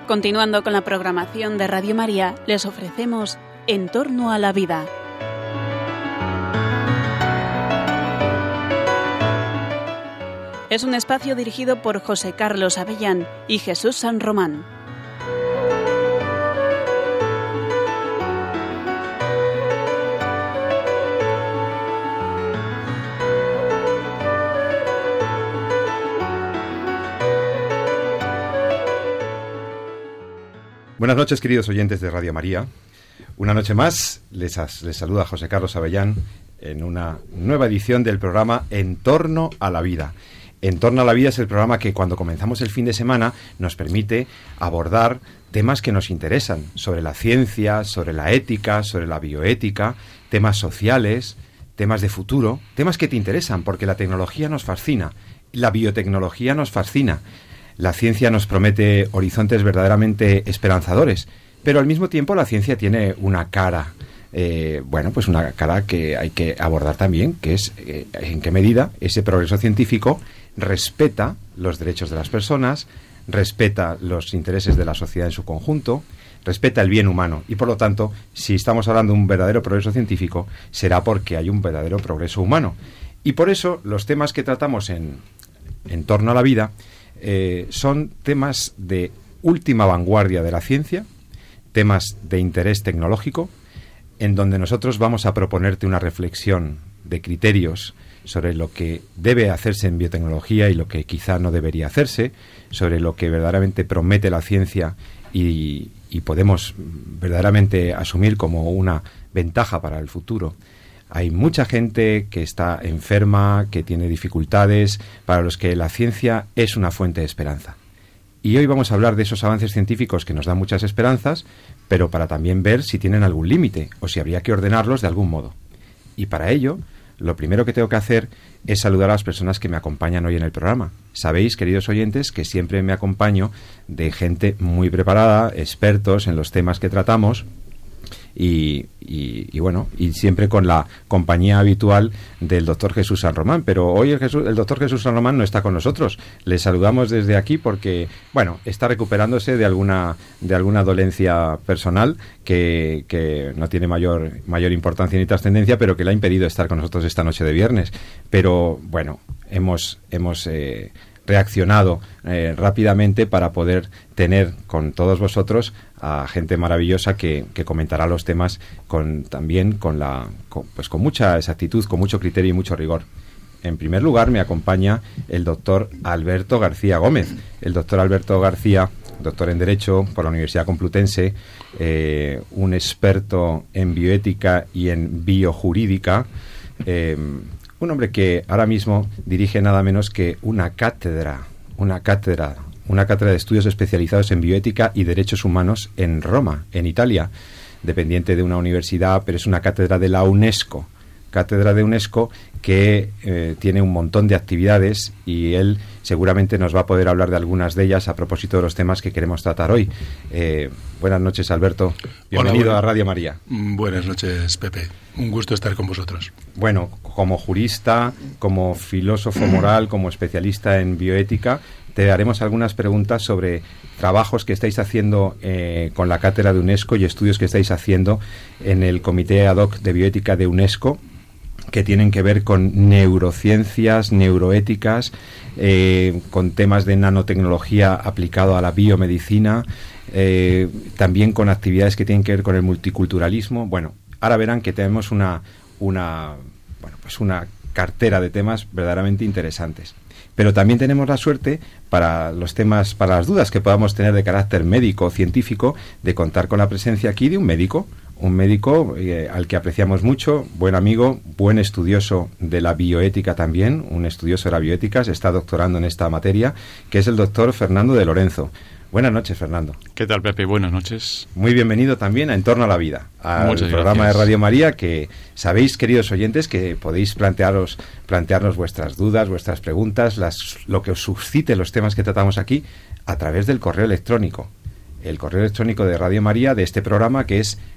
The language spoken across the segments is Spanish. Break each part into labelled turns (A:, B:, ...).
A: Continuando con la programación de Radio María, les ofrecemos En torno a la vida. Es un espacio dirigido por José Carlos Avellán y Jesús San Román.
B: Buenas noches, queridos oyentes de Radio María. Una noche más les saluda José Carlos Avellán en una nueva edición del programa En torno a la vida. En torno a la vida es el programa que cuando comenzamos el fin de semana nos permite abordar temas que nos interesan, sobre la ciencia, sobre la ética, sobre la bioética, temas sociales, temas de futuro, temas que te interesan porque la tecnología nos fascina, la biotecnología nos fascina. La ciencia nos promete horizontes verdaderamente esperanzadores, pero al mismo tiempo la ciencia tiene una cara, pues una cara que hay que abordar también, que es en qué medida ese progreso científico respeta los derechos de las personas, respeta los intereses de la sociedad en su conjunto, respeta el bien humano y, por lo tanto, si estamos hablando de un verdadero progreso científico, será porque hay un verdadero progreso humano. Y por eso los temas que tratamos en torno a la vida son temas de última vanguardia de la ciencia, temas de interés tecnológico, en donde nosotros vamos a proponerte una reflexión de criterios sobre lo que debe hacerse en biotecnología y lo que quizá no debería hacerse, sobre lo que verdaderamente promete la ciencia y podemos verdaderamente asumir como una ventaja para el futuro. Hay mucha gente que está enferma, que tiene dificultades, para los que la ciencia es una fuente de esperanza. Y hoy vamos a hablar de esos avances científicos que nos dan muchas esperanzas, pero para también ver si tienen algún límite o si habría que ordenarlos de algún modo. Y para ello, lo primero que tengo que hacer es saludar a las personas que me acompañan hoy en el programa. Sabéis, queridos oyentes, que siempre me acompaño de gente muy preparada, expertos en los temas que tratamos, y siempre con la compañía habitual del doctor Jesús San Román. Pero hoy el doctor Jesús San Román no está con nosotros. Le saludamos desde aquí porque, está recuperándose de alguna dolencia personal que no tiene mayor importancia ni trascendencia, pero que le ha impedido estar con nosotros esta noche de viernes. Pero, hemos reaccionado rápidamente para poder tener con todos vosotros a gente maravillosa que comentará los temas con mucha exactitud, con mucho criterio y mucho rigor. En primer lugar me acompaña el doctor Alberto García Gómez. El doctor Alberto García, doctor en Derecho por la Universidad Complutense, un experto en bioética y en biojurídica, un hombre que ahora mismo dirige nada menos que una cátedra de estudios especializados en bioética y derechos humanos en Roma, en Italia, dependiente de una universidad, pero es una cátedra de la UNESCO. Cátedra de UNESCO que tiene un montón de actividades y él seguramente nos va a poder hablar de algunas de ellas a propósito de los temas que queremos tratar hoy. Buenas noches, Alberto. Bienvenido a Radio María.
C: Buenas noches, Pepe. Un gusto estar con vosotros.
B: Bueno, como jurista, como filósofo moral, como especialista en bioética, te haremos algunas preguntas sobre trabajos que estáis haciendo con la cátedra de UNESCO y estudios que estáis haciendo en el Comité Ad Hoc de Bioética de UNESCO, que tienen que ver con neurociencias, neuroéticas, con temas de nanotecnología aplicado a la biomedicina, también con actividades que tienen que ver con el multiculturalismo. Ahora verán que tenemos una cartera de temas verdaderamente interesantes. Pero también tenemos la suerte, para los temas, para las dudas que podamos tener de carácter médico o científico, de contar con la presencia aquí de un médico al que apreciamos mucho, buen amigo, buen estudioso de la bioética también, un estudioso de la bioética, se está doctorando en esta materia, que es el doctor Fernando de Lorenzo. Buenas noches, Fernando.
D: ¿Qué tal, Pepe? Buenas noches.
B: Muy bienvenido también a En torno a la vida, al programa de Radio María, que sabéis, queridos oyentes, que podéis plantearnos vuestras dudas, vuestras preguntas, lo que os suscite los temas que tratamos aquí, a través del correo electrónico. El correo electrónico de Radio María, de este programa, que es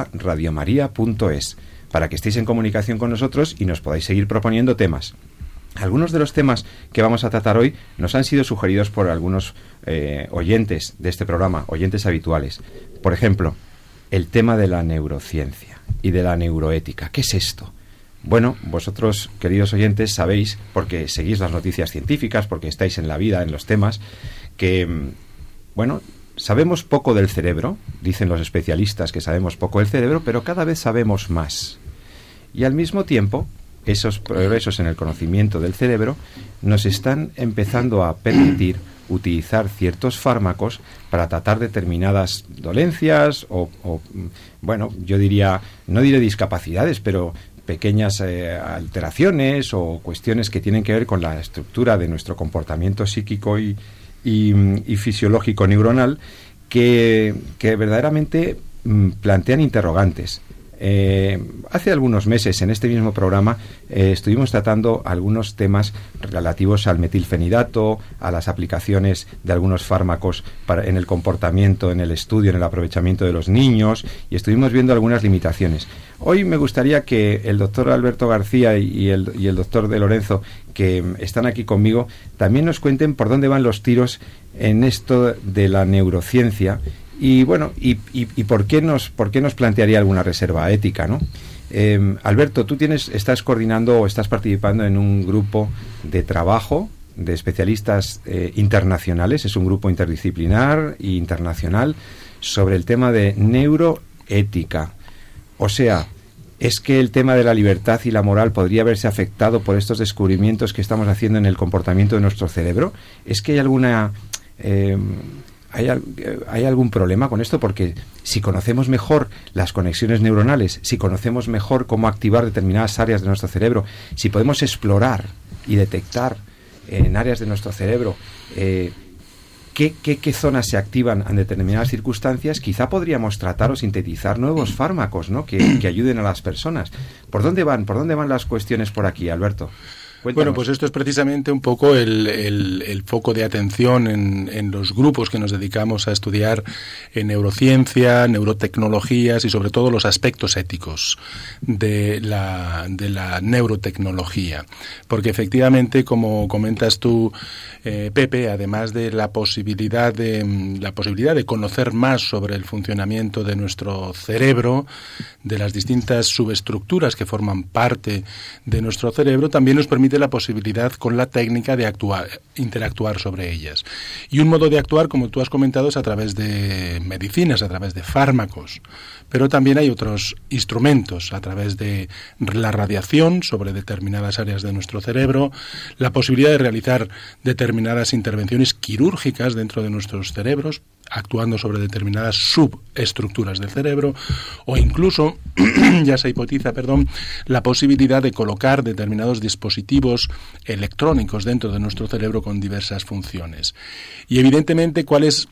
B: entornoalavida@radiomaria.es, para que estéis en comunicación con nosotros y nos podáis seguir proponiendo temas. Algunos de los temas que vamos a tratar hoy nos han sido sugeridos por algunos oyentes de este programa, oyentes habituales. Por ejemplo, el tema de la neurociencia y de la neuroética. ¿Qué es esto? Bueno, vosotros, queridos oyentes, sabéis, porque seguís las noticias científicas, porque estáis en la vida, en los temas, que, bueno, sabemos poco del cerebro, dicen los especialistas que sabemos poco del cerebro, pero cada vez sabemos más. Y al mismo tiempo, esos progresos en el conocimiento del cerebro nos están empezando a permitir utilizar ciertos fármacos para tratar determinadas dolencias o bueno, yo diría, no diré discapacidades, pero pequeñas alteraciones o cuestiones que tienen que ver con la estructura de nuestro comportamiento psíquico y fisiológico neuronal que verdaderamente plantean interrogantes. Hace algunos meses en este mismo programa estuvimos tratando algunos temas relativos al metilfenidato, a las aplicaciones de algunos fármacos en el comportamiento, en el estudio, en el aprovechamiento de los niños, y estuvimos viendo algunas limitaciones. Hoy me gustaría que el doctor Alberto García y el doctor De Lorenzo, que están aquí conmigo, también nos cuenten por dónde van los tiros en esto de la neurociencia. Y bueno, y por qué nos plantearía alguna reserva ética, ¿no? Alberto, tú estás coordinando o estás participando en un grupo de trabajo de especialistas internacionales, es un grupo interdisciplinar e internacional sobre el tema de neuroética. O sea, ¿es que el tema de la libertad y la moral podría verse afectado por estos descubrimientos que estamos haciendo en el comportamiento de nuestro cerebro? ¿Es que hay alguna... ¿Hay algún problema con esto? Porque si conocemos mejor las conexiones neuronales, si conocemos mejor cómo activar determinadas áreas de nuestro cerebro, si podemos explorar y detectar en áreas de nuestro cerebro qué zonas se activan en determinadas circunstancias, quizá podríamos tratar o sintetizar nuevos fármacos, ¿no? que ayuden a las personas. ¿Por dónde van las cuestiones por aquí, Alberto? Cuéntanos.
C: Bueno, pues esto es precisamente un poco el foco de atención en los grupos que nos dedicamos a estudiar en neurociencia, neurotecnologías y sobre todo los aspectos éticos de la neurotecnología. Porque efectivamente, como comentas tú, Pepe, además de la posibilidad de conocer más sobre el funcionamiento de nuestro cerebro, de las distintas subestructuras que forman parte de nuestro cerebro, también nos permite la posibilidad con la técnica de interactuar sobre ellas. Y un modo de actuar, como tú has comentado, es a través de medicinas, a través de fármacos. Pero también hay otros instrumentos, a través de la radiación sobre determinadas áreas de nuestro cerebro, la posibilidad de realizar determinadas intervenciones quirúrgicas dentro de nuestros cerebros, actuando sobre determinadas subestructuras del cerebro, o incluso, ya se hipotiza, la posibilidad de colocar determinados dispositivos electrónicos dentro de nuestro cerebro con diversas funciones. Y evidentemente, ¿cuál es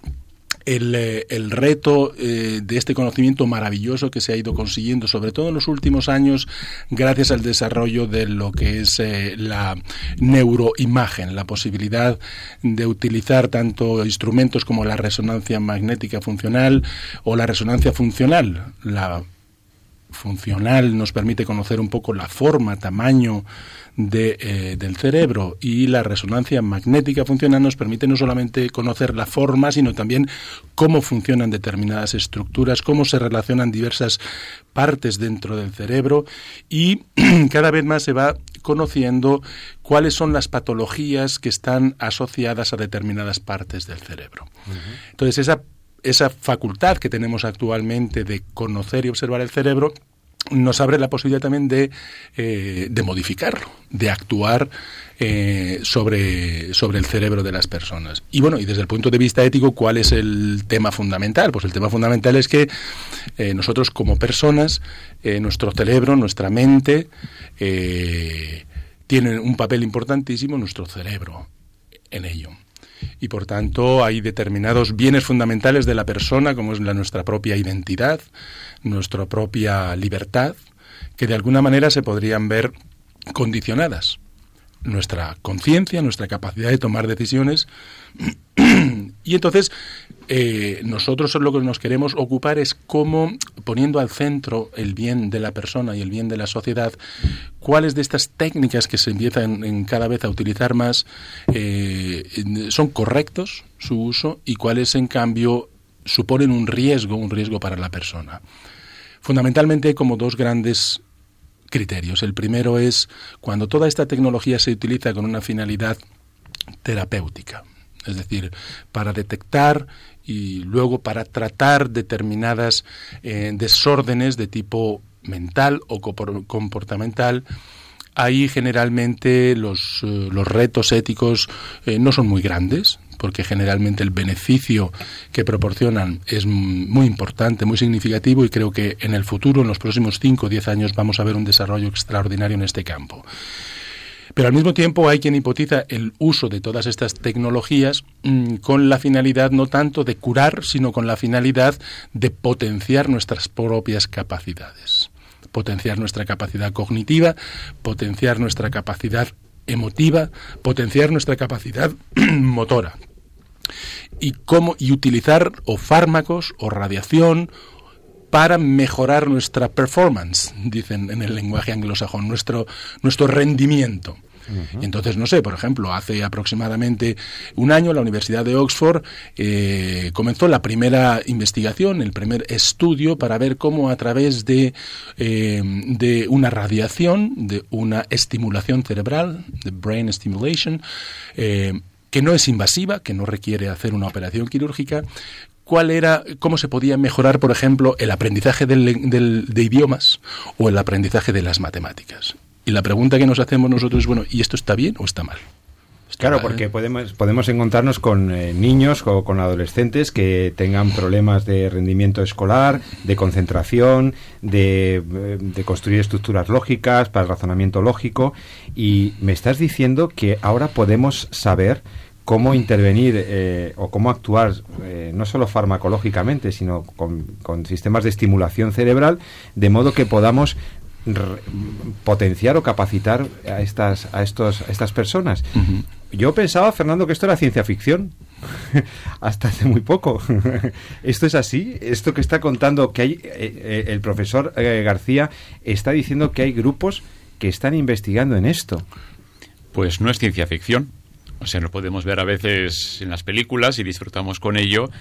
C: el reto de este conocimiento maravilloso que se ha ido consiguiendo, sobre todo en los últimos años, gracias al desarrollo de lo que es la neuroimagen, la posibilidad de utilizar tanto instrumentos como la resonancia magnética funcional o la resonancia funcional? La funcional nos permite conocer un poco la forma, tamaño del cerebro, y la resonancia magnética funcional nos permite no solamente conocer la forma, sino también cómo funcionan determinadas estructuras, cómo se relacionan diversas partes dentro del cerebro, y cada vez más se va conociendo cuáles son las patologías que están asociadas a determinadas partes del cerebro. Entonces, esa facultad que tenemos actualmente de conocer y observar el cerebro nos abre la posibilidad también de modificarlo, de actuar sobre el cerebro de las personas. Y bueno, y desde el punto de vista ético, ¿cuál es el tema fundamental? Pues el tema fundamental es que nosotros como personas, nuestro cerebro, nuestra mente, tienen un papel importantísimo, nuestro cerebro, en ello. Y por tanto hay determinados bienes fundamentales de la persona, como es nuestra propia identidad, nuestra propia libertad, que de alguna manera se podrían ver condicionadas. Nuestra conciencia, nuestra capacidad de tomar decisiones. Y entonces nosotros lo que nos queremos ocupar es cómo, poniendo al centro el bien de la persona y el bien de la sociedad, cuáles de estas técnicas que se empiezan cada vez a utilizar más son correctos su uso y cuáles en cambio suponen un riesgo para la persona. Fundamentalmente hay como dos grandes criterios. El primero es cuando toda esta tecnología se utiliza con una finalidad terapéutica, es decir, para detectar y luego para tratar determinadas desórdenes de tipo mental o comportamental. Ahí generalmente los retos éticos no son muy grandes, porque generalmente el beneficio que proporcionan es muy importante, muy significativo, y creo que en el futuro, en los próximos 5 o 10 años, vamos a ver un desarrollo extraordinario en este campo. Pero al mismo tiempo hay quien hipotiza el uso de todas estas tecnologías con la finalidad no tanto de curar, sino con la finalidad de potenciar nuestras propias capacidades. Potenciar nuestra capacidad cognitiva, potenciar nuestra capacidad emotiva, potenciar nuestra capacidad motora. Y utilizar o fármacos o radiación para mejorar nuestra performance, dicen en el lenguaje anglosajón, nuestro rendimiento. Uh-huh. Entonces, no sé, por ejemplo, hace aproximadamente un año la Universidad de Oxford comenzó la primera investigación, el primer estudio para ver cómo a través de una radiación, de una estimulación cerebral, de brain stimulation, que no es invasiva, que no requiere hacer una operación quirúrgica, cómo se podía mejorar, por ejemplo, el aprendizaje de idiomas o el aprendizaje de las matemáticas. Y la pregunta que nos hacemos nosotros es, bueno, ¿y esto está bien o está mal?
B: Claro, porque podemos encontrarnos con niños o con adolescentes que tengan problemas de rendimiento escolar, de concentración, de construir estructuras lógicas para el razonamiento lógico, y me estás diciendo que ahora podemos saber cómo intervenir o cómo actuar no solo farmacológicamente, sino con sistemas de estimulación cerebral, de modo que podamos potenciar o capacitar a estas personas. Uh-huh. Yo pensaba, Fernando, que esto era ciencia ficción hasta hace muy poco. ¿Esto es así? Esto que está contando, que hay el profesor García está diciendo que hay grupos que están investigando en esto.
D: Pues no es ciencia ficción. O sea, lo podemos ver a veces en las películas y disfrutamos con ello,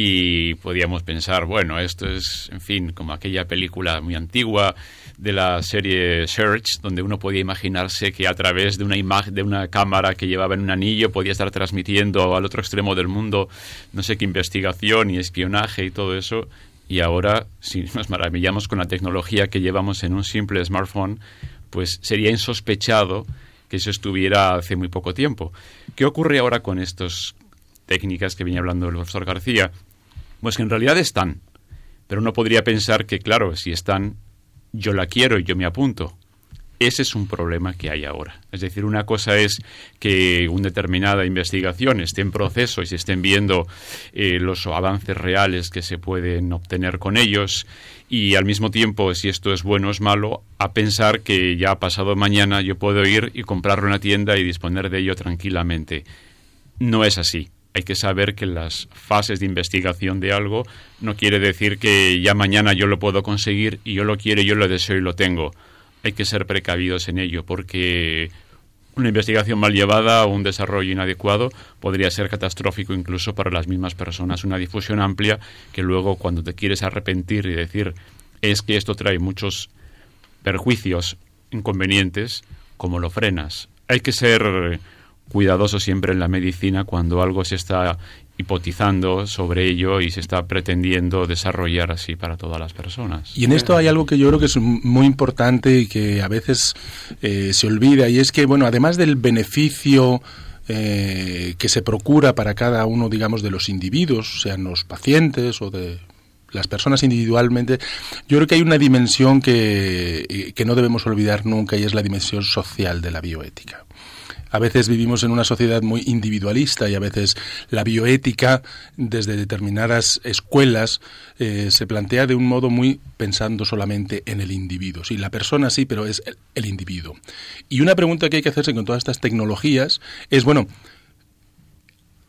D: y podíamos pensar, bueno, esto es, en fin, como aquella película muy antigua de la serie Search, donde uno podía imaginarse que a través de una imagen, de una cámara que llevaba en un anillo, podía estar transmitiendo al otro extremo del mundo no sé qué investigación y espionaje y todo eso. Y ahora, si nos maravillamos con la tecnología que llevamos en un simple smartphone, pues sería insospechado que eso estuviera hace muy poco tiempo. ¿Qué ocurre ahora con estas técnicas que venía hablando el profesor García? Pues que en realidad están, pero uno podría pensar que, claro, si están, yo la quiero y yo me apunto. Ese es un problema que hay ahora. Es decir, una cosa es que una determinada investigación esté en proceso y se estén viendo los avances reales que se pueden obtener con ellos, y al mismo tiempo, si esto es bueno o es malo, a pensar que ya pasado mañana yo puedo ir y comprarlo en la tienda y disponer de ello tranquilamente. No es así. Hay que saber que las fases de investigación de algo no quiere decir que ya mañana yo lo puedo conseguir y yo lo quiero, yo lo deseo y lo tengo. Hay que ser precavidos en ello, porque una investigación mal llevada o un desarrollo inadecuado podría ser catastrófico incluso para las mismas personas. Una difusión amplia que luego, cuando te quieres arrepentir y decir es que esto trae muchos perjuicios, inconvenientes, ¿cómo lo frenas? Hay que ser cuidadoso siempre en la medicina cuando algo se está hipotizando sobre ello y se está pretendiendo desarrollar así para todas las personas.
C: Y en esto hay algo que yo creo que es muy importante y que a veces se olvida, y es que, bueno, además del beneficio que se procura para cada uno, digamos, de los individuos, sean los pacientes o de las personas individualmente, yo creo que hay una dimensión que no debemos olvidar nunca, y es la dimensión social de la bioética. A veces vivimos en una sociedad muy individualista, y a veces la bioética desde determinadas escuelas se plantea de un modo muy pensando solamente en el individuo. Sí, la persona sí, pero es el individuo. Y una pregunta que hay que hacerse con todas estas tecnologías es, bueno,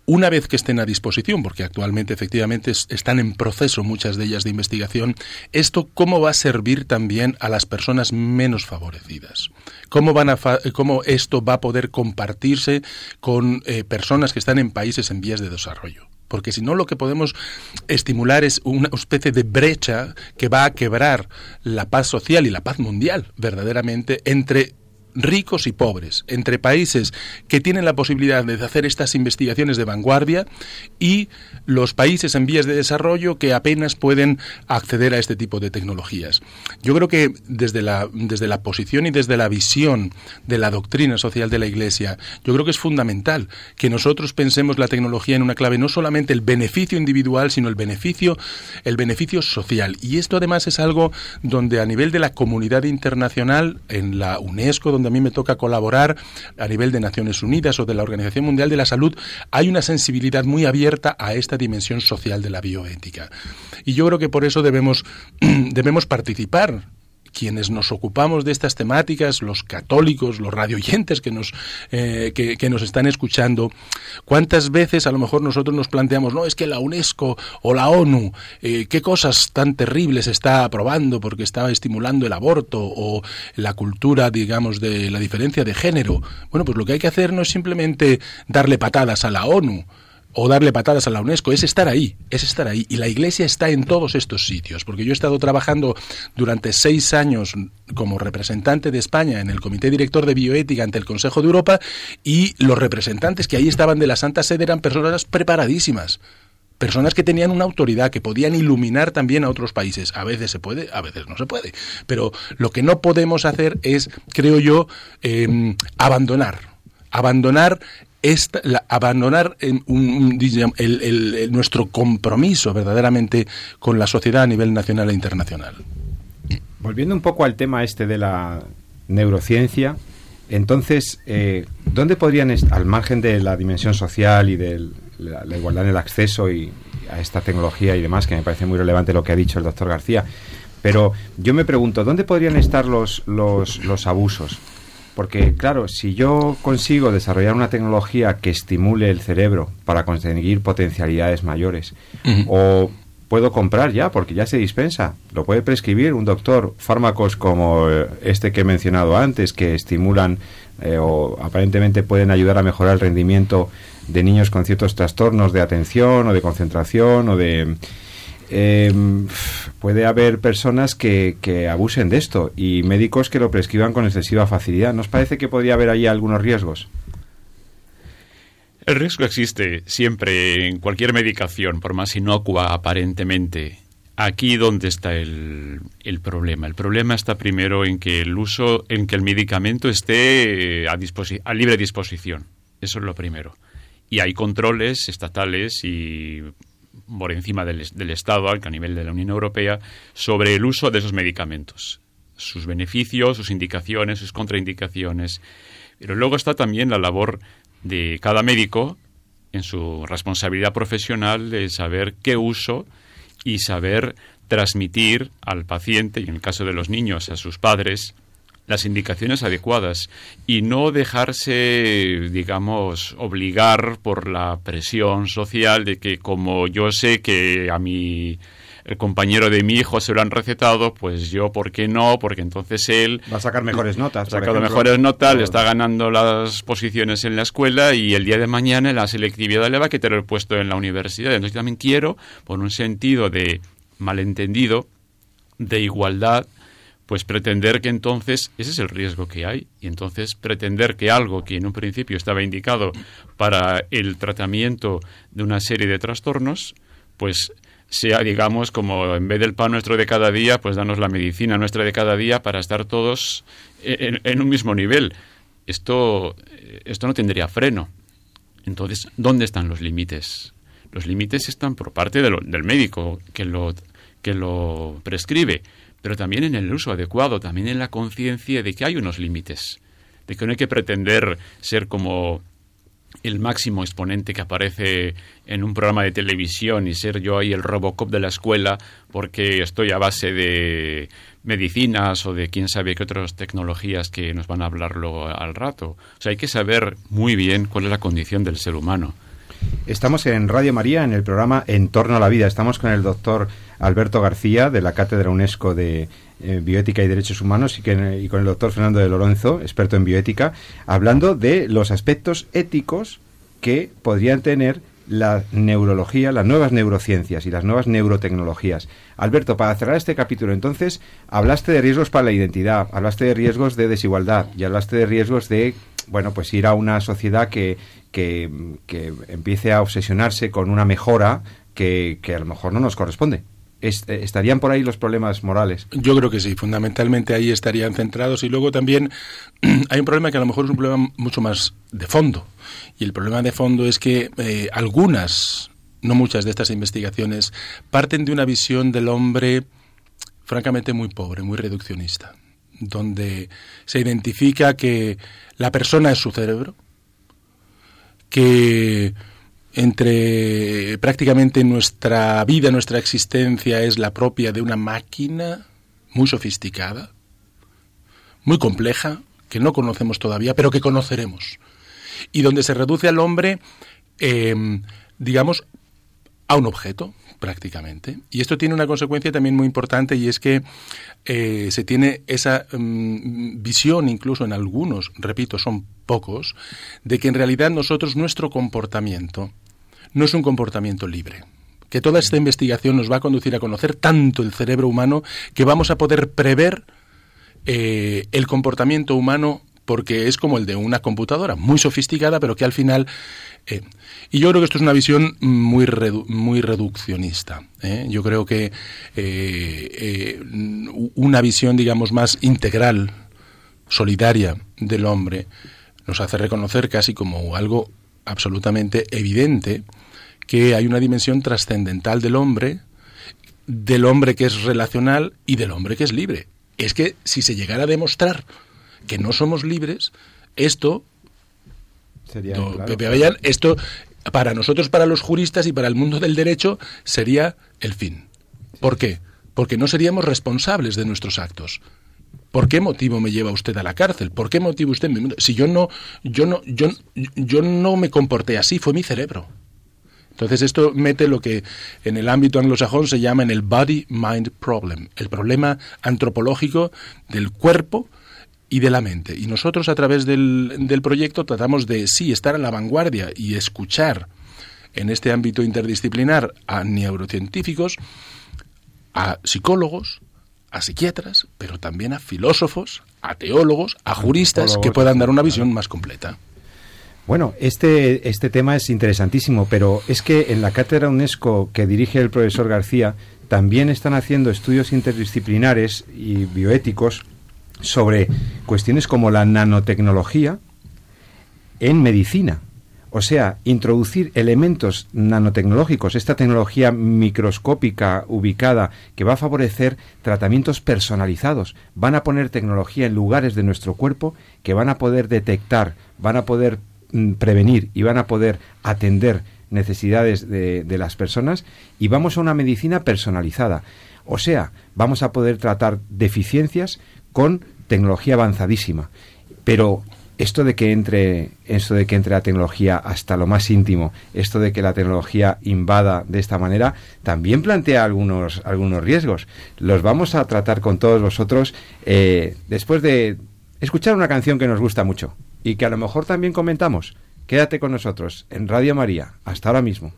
C: una vez que estén a disposición, porque actualmente efectivamente están en proceso muchas de ellas de investigación, esto cómo va a servir también a las personas menos favorecidas. Cómo esto va a poder compartirse con personas que están en países en vías de desarrollo. Porque si no, lo que podemos estimular es una especie de brecha que va a quebrar la paz social y la paz mundial, verdaderamente, entre ricos y pobres, entre países que tienen la posibilidad de hacer estas investigaciones de vanguardia y los países en vías de desarrollo que apenas pueden acceder a este tipo de tecnologías. Yo creo que desde la posición y desde la visión de la doctrina social de la Iglesia, yo creo que es fundamental que nosotros pensemos la tecnología en una clave, no solamente el beneficio individual, sino el beneficio social. Y esto además es algo donde a nivel de la comunidad internacional, en la UNESCO, donde a mí me toca colaborar a nivel de Naciones Unidas o de la Organización Mundial de la Salud, hay una sensibilidad muy abierta a esta dimensión social de la bioética. Y yo creo que por eso debemos participar, quienes nos ocupamos de estas temáticas, los católicos, los radioyentes que nos están escuchando. ¿Cuántas veces a lo mejor nosotros nos planteamos, no, es que la UNESCO o la ONU, qué cosas tan terribles está aprobando porque está estimulando el aborto o la cultura, digamos, de la diferencia de género? Bueno, pues lo que hay que hacer no es simplemente darle patadas a la ONU o darle patadas a la UNESCO, es estar ahí. Y la Iglesia está en todos estos sitios, porque yo he estado trabajando durante 6 años como representante de España en el Comité Director de Bioética ante el Consejo de Europa, y los representantes que ahí estaban de la Santa Sede eran personas preparadísimas, personas que tenían una autoridad, que podían iluminar también a otros países. A veces se puede, a veces no se puede, pero lo que no podemos hacer es, creo yo, abandonar nuestro compromiso verdaderamente con la sociedad a nivel nacional e internacional.
B: Volviendo un poco al tema de la neurociencia, entonces, ¿dónde podrían, al margen de la dimensión social y de la igualdad en el acceso y a esta tecnología y demás, que me parece muy relevante lo que ha dicho el doctor García, pero yo me pregunto, ¿dónde podrían estar los abusos? Porque, claro, si yo consigo desarrollar una tecnología que estimule el cerebro para conseguir potencialidades mayores, o puedo comprar ya, porque ya se dispensa, lo puede prescribir un doctor, fármacos como este que he mencionado antes, que estimulan o aparentemente pueden ayudar a mejorar el rendimiento de niños con ciertos trastornos de atención o de concentración o de... puede haber personas que abusen de esto y médicos que lo prescriban con excesiva facilidad. ¿Nos parece que podría haber ahí algunos riesgos?
D: El riesgo existe siempre en cualquier medicación, por más inocua aparentemente. Aquí donde está el problema. El problema está primero en que el medicamento esté a libre disposición. Eso es lo primero. Y hay controles estatales y por encima del Estado, a nivel de la Unión Europea, sobre el uso de esos medicamentos, sus beneficios, sus indicaciones, sus contraindicaciones. Pero luego está también la labor de cada médico en su responsabilidad profesional de saber qué uso y saber transmitir al paciente, y en el caso de los niños, a sus padres, las indicaciones adecuadas y no dejarse, digamos, obligar por la presión social de que como yo sé que el compañero de mi hijo se lo han recetado, pues yo, ¿por qué no? Porque entonces él...
B: va a sacar mejores notas.
D: Mejores notas, le está ganando las posiciones en la escuela y el día de mañana en la selectividad le va a quitar el puesto en la universidad. Entonces yo también quiero, por un sentido de malentendido, de igualdad, pues pretender que entonces, ese es el riesgo que hay, y entonces pretender que algo que en un principio estaba indicado para el tratamiento de una serie de trastornos, pues sea, digamos, como en vez del pan nuestro de cada día, pues danos la medicina nuestra de cada día para estar todos en un mismo nivel. Esto no tendría freno. Entonces, ¿dónde están los límites? Los límites están por parte del médico que lo prescribe, pero también en el uso adecuado, también en la conciencia de que hay unos límites, de que no hay que pretender ser como el máximo exponente que aparece en un programa de televisión y ser yo ahí el Robocop de la escuela porque estoy a base de medicinas o de quién sabe qué otras tecnologías que nos van a hablar luego al rato. O sea, hay que saber muy bien cuál es la condición del ser humano.
B: Estamos en Radio María en el programa En torno a la vida. Estamos con el doctor Alberto García de la Cátedra UNESCO de Bioética y Derechos Humanos y con el doctor Fernando de Lorenzo, experto en bioética, hablando de los aspectos éticos que podrían tener la neurología, las nuevas neurociencias y las nuevas neurotecnologías. Alberto, para cerrar este capítulo, entonces, hablaste de riesgos para la identidad, hablaste de riesgos de desigualdad y hablaste de riesgos de, bueno, pues ir a una sociedad que empiece a obsesionarse con una mejora que a lo mejor no nos corresponde. ¿Estarían por ahí los problemas morales?
C: Yo creo que sí, fundamentalmente ahí estarían centrados, y luego también hay un problema que a lo mejor es un problema mucho más de fondo, y el problema de fondo es que algunas, no muchas de estas investigaciones parten de una visión del hombre francamente muy pobre, muy reduccionista, donde se identifica que la persona es su cerebro, que entre prácticamente nuestra vida, nuestra existencia es la propia de una máquina muy sofisticada, muy compleja, que no conocemos todavía, pero que conoceremos, y donde se reduce al hombre, digamos, a un objeto, prácticamente. Y esto tiene una consecuencia también muy importante, y es que se tiene esa visión, incluso en algunos, repito, son pocos, de que en realidad nuestro comportamiento no es un comportamiento libre. Que toda esta investigación nos va a conducir a conocer tanto el cerebro humano que vamos a poder prever el comportamiento humano, porque es como el de una computadora muy sofisticada, pero que al final... y yo creo que esto es una visión muy reduccionista. Yo creo que una visión, digamos, más integral, solidaria del hombre, nos hace reconocer casi como algo absolutamente evidente que hay una dimensión trascendental del hombre que es relacional y del hombre que es libre. Es que si se llegara a demostrar que no somos libres, esto
B: sería,
C: Pepe Avellán, esto para nosotros, para los juristas y para el mundo del derecho, sería el fin. ¿Por qué? Porque no seríamos responsables de nuestros actos. ¿Por qué motivo me lleva usted a la cárcel? ¿Por qué motivo usted me... Si yo no me comporté así, fue mi cerebro. Entonces esto mete lo que en el ámbito anglosajón se llama en el body-mind problem, el problema antropológico del cuerpo y de la mente. Y nosotros a través del proyecto tratamos de, sí, estar a la vanguardia y escuchar en este ámbito interdisciplinar a neurocientíficos, a psicólogos, a psiquiatras, pero también a filósofos, a teólogos, a juristas que puedan dar una visión más completa.
B: Bueno, este tema es interesantísimo, pero es que en la cátedra UNESCO que dirige el profesor García también están haciendo estudios interdisciplinares y bioéticos sobre cuestiones como la nanotecnología en medicina. O sea, introducir elementos nanotecnológicos, esta tecnología microscópica ubicada que va a favorecer tratamientos personalizados. Van a poner tecnología en lugares de nuestro cuerpo que van a poder detectar, van a poder prevenir y van a poder atender necesidades de las personas, y vamos a una medicina personalizada. O sea, vamos a poder tratar deficiencias con tecnología avanzadísima. Pero esto de que entre la tecnología hasta lo más íntimo, esto de que la tecnología invada de esta manera, también plantea algunos riesgos. Los vamos a tratar con todos vosotros después de escuchar una canción que nos gusta mucho y que a lo mejor también comentamos. Quédate con nosotros en Radio María. Hasta ahora mismo.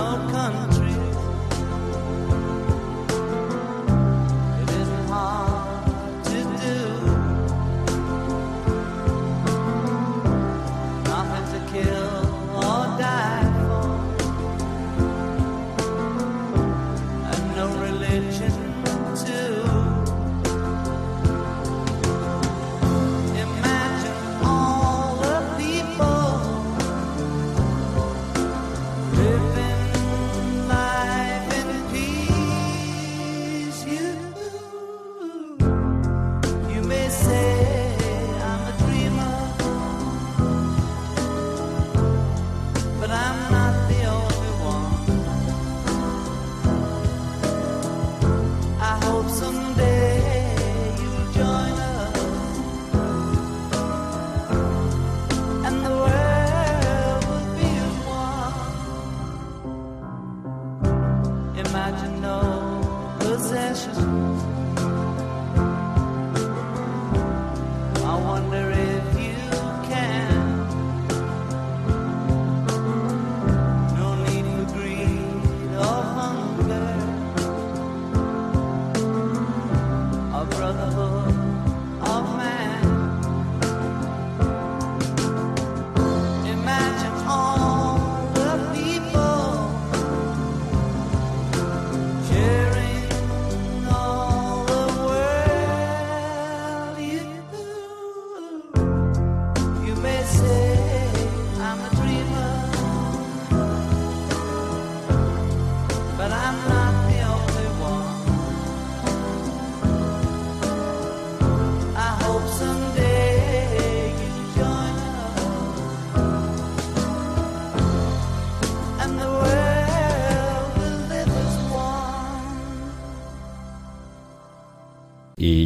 E: It isn't hard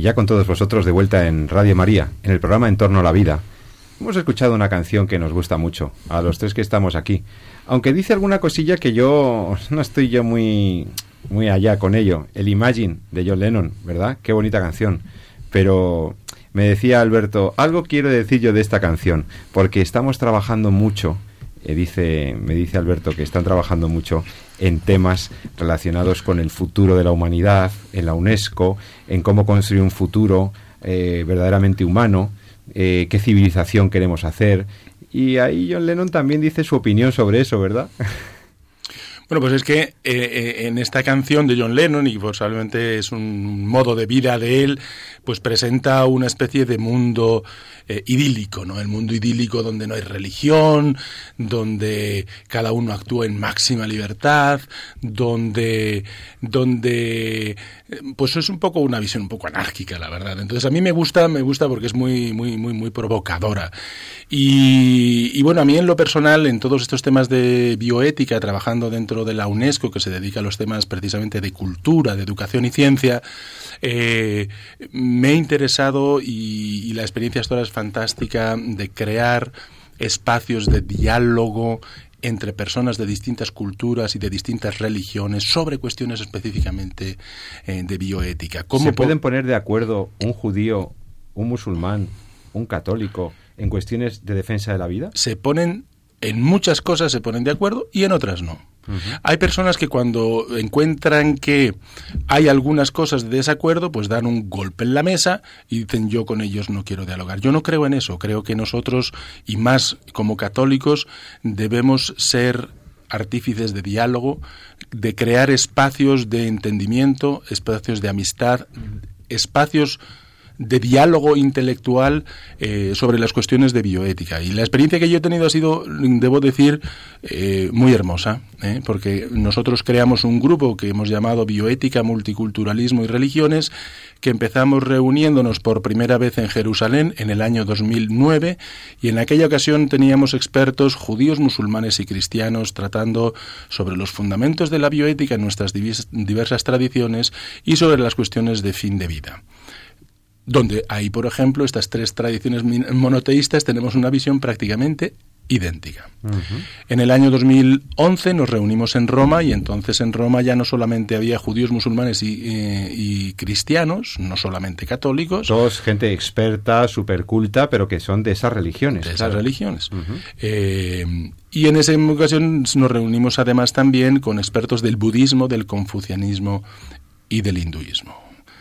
B: ya con todos vosotros de vuelta en Radio María, en el programa En torno a la vida. Hemos escuchado una canción que nos gusta mucho, a los tres que estamos aquí. Aunque dice alguna cosilla que yo no estoy yo muy allá con ello. El Imagine de John Lennon, ¿verdad? Qué bonita canción. Pero me decía Alberto, algo quiero decir yo de esta canción, porque estamos trabajando mucho, me dice Alberto que están trabajando mucho en temas relacionados con el futuro de la humanidad, en la UNESCO, en cómo construir un futuro verdaderamente humano, qué civilización queremos hacer. Y ahí John Lennon también dice su opinión sobre eso, ¿verdad?
C: Bueno, pues es que en esta canción de John Lennon, y probablemente es un modo de vida de él, pues presenta una especie de mundo idílico, ¿no? El mundo idílico donde no hay religión, donde cada uno actúa en máxima libertad, donde pues es un poco una visión un poco anárquica, la verdad. Entonces a mí me gusta porque es muy provocadora. Y bueno, a mí en lo personal, en todos estos temas de bioética, trabajando dentro de la UNESCO, que se dedica a los temas precisamente de cultura, de educación y ciencia, me he interesado y la experiencia hasta ahora es fantástica de crear espacios de diálogo entre personas de distintas culturas y de distintas religiones sobre cuestiones específicamente de bioética.
B: ¿Se pueden poner de acuerdo un judío, un musulmán, un católico en cuestiones de defensa de la vida?
C: En muchas cosas se ponen de acuerdo y en otras no. Uh-huh. Hay personas que cuando encuentran que hay algunas cosas de desacuerdo, pues dan un golpe en la mesa y dicen yo con ellos no quiero dialogar. Yo no creo en eso, creo que nosotros, y más como católicos, debemos ser artífices de diálogo, de crear espacios de entendimiento, espacios de amistad, espacios de diálogo intelectual sobre las cuestiones de bioética. Y la experiencia que yo he tenido ha sido, debo decir, muy hermosa, porque nosotros creamos un grupo que hemos llamado Bioética, Multiculturalismo y Religiones, que empezamos reuniéndonos por primera vez en Jerusalén en el año 2009, y en aquella ocasión teníamos expertos judíos, musulmanes y cristianos tratando sobre los fundamentos de la bioética en nuestras diversas tradiciones y sobre las cuestiones de fin de vida. Donde ahí, por ejemplo, estas tres tradiciones monoteístas tenemos una visión prácticamente idéntica. Uh-huh. En el año 2011 nos reunimos en Roma, y entonces en Roma ya no solamente había judíos, musulmanes y cristianos, no solamente católicos.
B: Todos gente experta, superculta, pero que son de esas religiones.
C: De esas religiones. Uh-huh. Y en esa ocasión nos reunimos además también con expertos del budismo, del confucianismo y del hinduismo.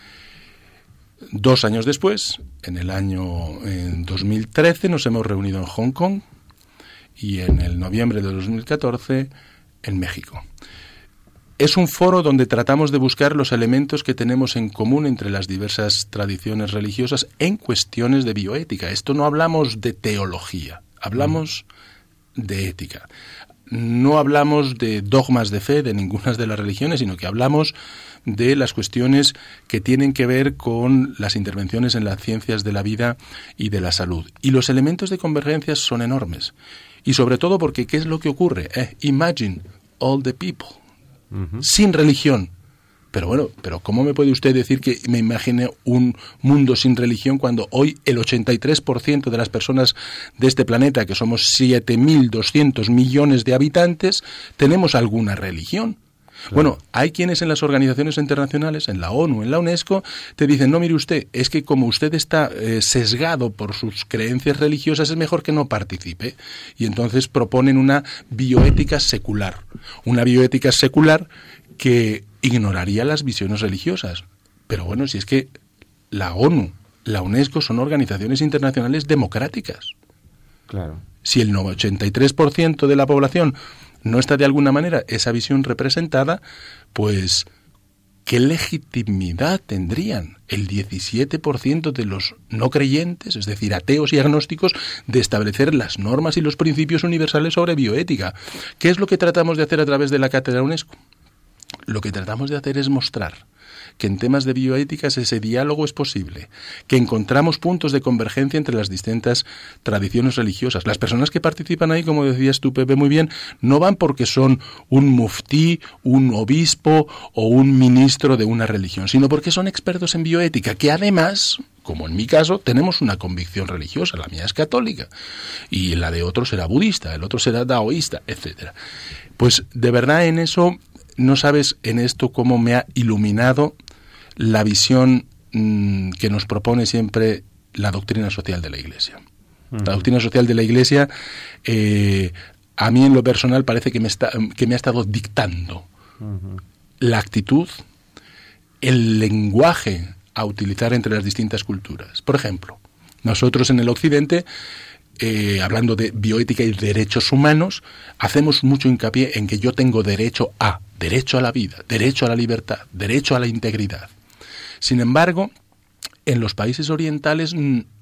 C: 2 años después, en 2013, nos hemos reunido en Hong Kong y en el noviembre de 2014 en México. Es un foro donde tratamos de buscar los elementos que tenemos en común entre las diversas tradiciones religiosas en cuestiones de bioética. Esto no hablamos de teología, hablamos de ética. No hablamos de dogmas de fe de ninguna de las religiones, sino que hablamos de las cuestiones que tienen que ver con las intervenciones en las ciencias de la vida y de la salud. Y los elementos de convergencia son enormes. Y sobre todo porque, ¿qué es lo que ocurre? Imagine all the people. Uh-huh. Sin religión. Pero bueno, ¿cómo me puede usted decir que me imagine un mundo sin religión cuando hoy el 83% de las personas de este planeta, que somos 7.200 millones de habitantes, tenemos alguna religión? Claro. Bueno, hay quienes en las organizaciones internacionales, en la ONU, en la UNESCO, te dicen, no, mire usted, es que como usted está sesgado por sus creencias religiosas, es mejor que no participe. Y entonces proponen una bioética secular. Una bioética secular que ignoraría las visiones religiosas. Pero bueno, si es que la ONU, la UNESCO son organizaciones internacionales democráticas.
B: Claro.
C: Si el 83% de la población no está de alguna manera esa visión representada, pues ¿qué legitimidad tendrían el 17% de los no creyentes, es decir, ateos y agnósticos, de establecer las normas y los principios universales sobre bioética? ¿Qué es lo que tratamos de hacer a través de la Cátedra UNESCO? Lo que tratamos de hacer es mostrar que en temas de bioéticas ese diálogo es posible, que encontramos puntos de convergencia entre las distintas tradiciones religiosas. Las personas que participan ahí, como decías tú, Pepe, muy bien, no van porque son un muftí, un obispo o un ministro de una religión, sino porque son expertos en bioética, que además, como en mi caso, tenemos una convicción religiosa. La mía es católica y la de otro será budista, el otro será taoísta, etcétera. Pues de verdad en eso, no sabes en esto cómo me ha iluminado la visión que nos propone siempre la doctrina social de la Iglesia. La doctrina social de la Iglesia, a mí en lo personal parece que me ha estado dictando la actitud, el lenguaje a utilizar entre las distintas culturas. Por ejemplo, nosotros en el Occidente, hablando de bioética y derechos humanos, hacemos mucho hincapié en que yo tengo derecho a la vida, derecho a la libertad, derecho a la integridad. Sin embargo, en los países orientales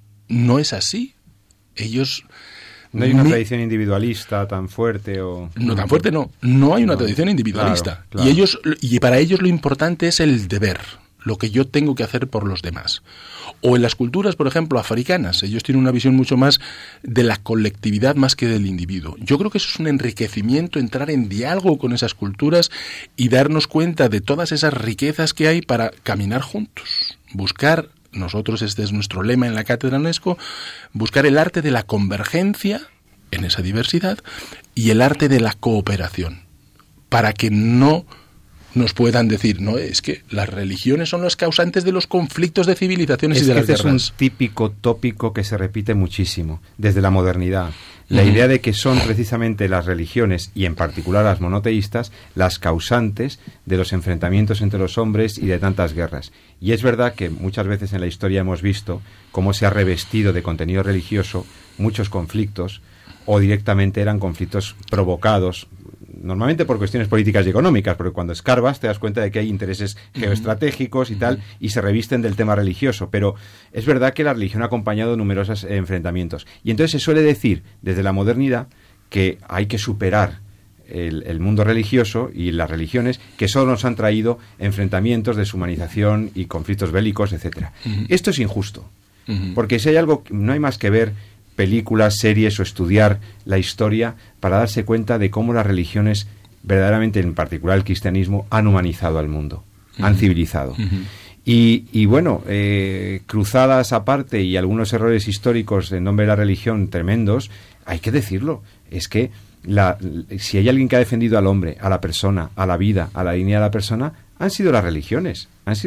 C: no es así. Ellos...
B: No hay una tradición individualista tan fuerte o...
C: No, tan fuerte no hay una tradición individualista.
B: Claro.
C: Y para ellos lo importante es el deber, lo que yo tengo que hacer por los demás. O en las culturas, por ejemplo, africanas, ellos tienen una visión mucho más de la colectividad más que del individuo. Yo creo que eso es un enriquecimiento, entrar en diálogo con esas culturas y darnos cuenta de todas esas riquezas que hay para caminar juntos, buscar... Nosotros, este es nuestro lema en la Cátedra UNESCO, buscar el arte de la convergencia en esa diversidad y el arte de la cooperación, para que no nos puedan decir, no, es que las religiones son los causantes de los conflictos de civilizaciones y de las guerras.
B: Es un típico tópico que se repite muchísimo desde la modernidad. La idea de que son precisamente las religiones, y en particular las monoteístas, las causantes de los enfrentamientos entre los hombres y de tantas guerras. Y es verdad que muchas veces en la historia hemos visto cómo se ha revestido de contenido religioso muchos conflictos, o directamente eran conflictos provocados, normalmente por cuestiones políticas y económicas, porque cuando escarbas te das cuenta de que hay intereses geoestratégicos y tal, y se revisten del tema religioso. Pero es verdad que la religión ha acompañado numerosos enfrentamientos. Y entonces se suele decir desde la modernidad que hay que superar el mundo religioso y las religiones, que solo nos han traído enfrentamientos, deshumanización y conflictos bélicos, etcétera. Esto es injusto, porque si hay algo, no hay más que ver películas, series o estudiar la historia para darse cuenta de cómo las religiones, verdaderamente en particular el cristianismo, han humanizado al mundo, han civilizado. Y bueno, cruzadas aparte y algunos errores históricos en nombre de la religión tremendos, hay que decirlo, es que si hay alguien que ha defendido al hombre, a la persona, a la vida, a la dignidad de la persona, han sido las religiones,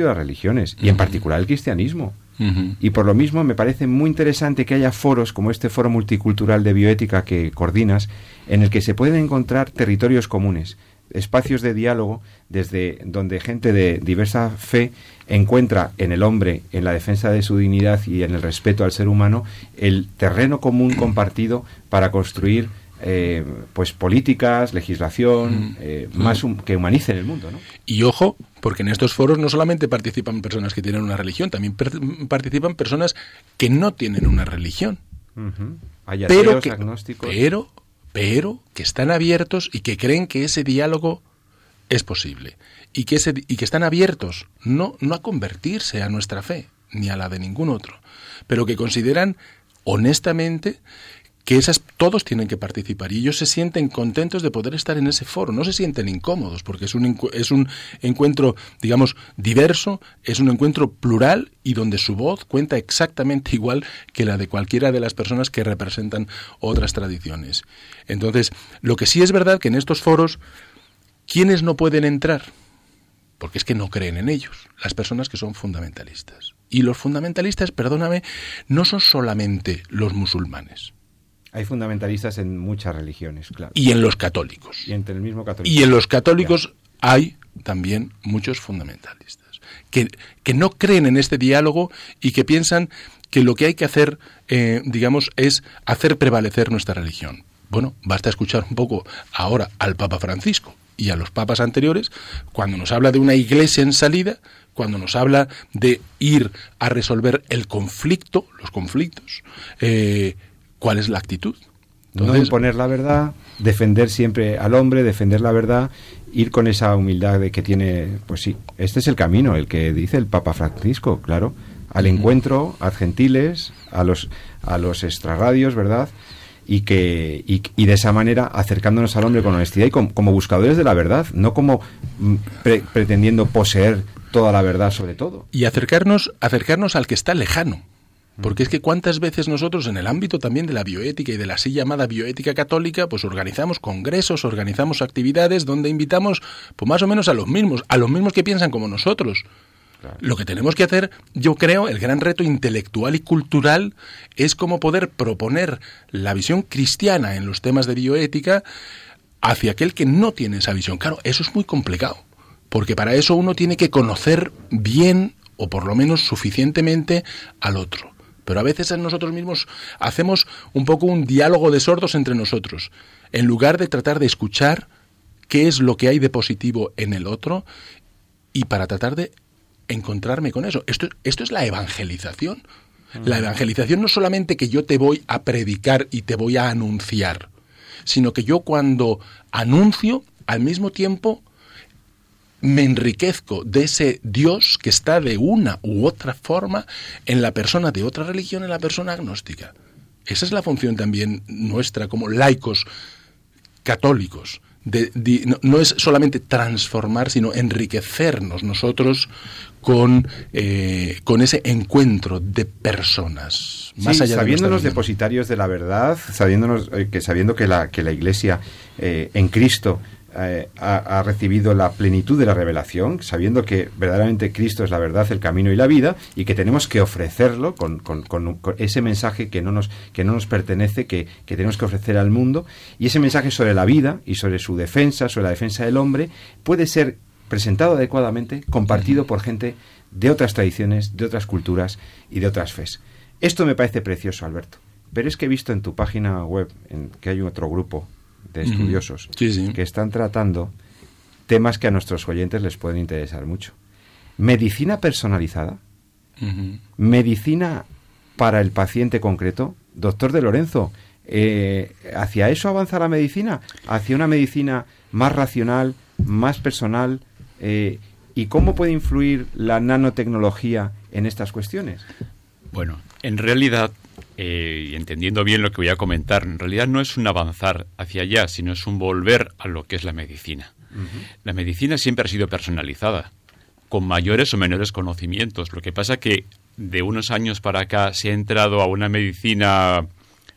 B: y en particular el cristianismo. Y por lo mismo me parece muy interesante que haya foros como este foro multicultural de bioética que coordinas, en el que se pueden encontrar territorios comunes, espacios de diálogo desde donde gente de diversa fe encuentra en el hombre, en la defensa de su dignidad y en el respeto al ser humano, el terreno común compartido para construir pues políticas, legislación, que humanicen el mundo, ¿no?
C: Y ojo, porque en estos foros no solamente participan personas que tienen una religión, también participan personas que no tienen una religión.
B: Hay ateos, agnósticos.
C: Pero que están abiertos y que creen que ese diálogo es posible. Y que están abiertos no a convertirse a nuestra fe, ni a la de ningún otro, pero que consideran honestamente que todos tienen que participar y ellos se sienten contentos de poder estar en ese foro, no se sienten incómodos porque es un encuentro, digamos, diverso, es un encuentro plural y donde su voz cuenta exactamente igual que la de cualquiera de las personas que representan otras tradiciones. Entonces, lo que sí es verdad que en estos foros, ¿quiénes no pueden entrar? Porque es que no creen en ellos, las personas que son fundamentalistas. Y los fundamentalistas, perdóname, no son solamente los musulmanes.
B: Hay fundamentalistas en muchas religiones, claro.
C: Y en los católicos.
B: Y entre el mismo católico.
C: Y en los católicos hay también muchos fundamentalistas que no creen en este diálogo y que piensan que lo que hay que hacer, digamos, es hacer prevalecer nuestra religión. Bueno, basta escuchar un poco ahora al Papa Francisco y a los papas anteriores cuando nos habla de una iglesia en salida, cuando nos habla de ir a resolver los conflictos. ¿Cuál es la actitud?
B: Entonces, no imponer la verdad, defender siempre al hombre, defender la verdad ir con esa humildad de que tiene, pues sí, este es el camino, el que dice el Papa Francisco, claro, al encuentro, ad gentiles, a los extrarradios, ¿verdad? Y de esa manera acercándonos al hombre con honestidad y como buscadores de la verdad, no como pretendiendo poseer toda la verdad sobre todo.
C: Y acercarnos al que está lejano. Porque es que cuántas veces nosotros en el ámbito también de la bioética y de la así llamada bioética católica, pues organizamos congresos, organizamos actividades donde invitamos pues más o menos a los mismos que piensan como nosotros. Claro. Lo que tenemos que hacer, yo creo, el gran reto intelectual y cultural es cómo poder proponer la visión cristiana en los temas de bioética hacia aquel que no tiene esa visión. Claro, eso es muy complicado, porque para eso uno tiene que conocer bien o por lo menos suficientemente al otro. Pero a veces nosotros mismos hacemos un poco un diálogo de sordos entre nosotros, en lugar de tratar de escuchar qué es lo que hay de positivo en el otro y para tratar de encontrarme con eso. Esto es la evangelización. La evangelización no es solamente que yo te voy a predicar y te voy a anunciar, sino que yo cuando anuncio, al mismo tiempo me enriquezco de ese Dios que está de una u otra forma en la persona de otra religión, en la persona agnóstica. Esa es la función también nuestra como laicos católicos. No es solamente transformar, sino enriquecernos nosotros con ese encuentro de personas. Más allá
B: sabiéndonos depositarios de la verdad, sabiendo que la Iglesia en Cristo ha recibido la plenitud de la revelación, sabiendo que verdaderamente Cristo es la verdad, el camino y la vida, y que tenemos que ofrecerlo con ese mensaje que no nos pertenece, que tenemos que ofrecer al mundo, y ese mensaje sobre la vida y sobre su defensa, sobre la defensa del hombre, puede ser presentado adecuadamente, compartido por gente de otras tradiciones, de otras culturas y de otras fes. Esto me parece precioso, Alberto, pero es que he visto en tu página web que hay otro grupo de estudiosos que están tratando temas que a nuestros oyentes les pueden interesar mucho. Medicina personalizada, medicina para el paciente concreto. Doctor de Lorenzo, ¿hacia eso avanza la medicina? ¿Hacia una medicina más racional, más personal? ¿Y cómo puede influir la nanotecnología en estas cuestiones?
D: Bueno, en realidad, y entendiendo bien lo que voy a comentar, en realidad no es un avanzar hacia allá, sino es un volver a lo que es la medicina. La medicina siempre ha sido personalizada, con mayores o menores conocimientos. Lo que pasa que de unos años para acá se ha entrado a una medicina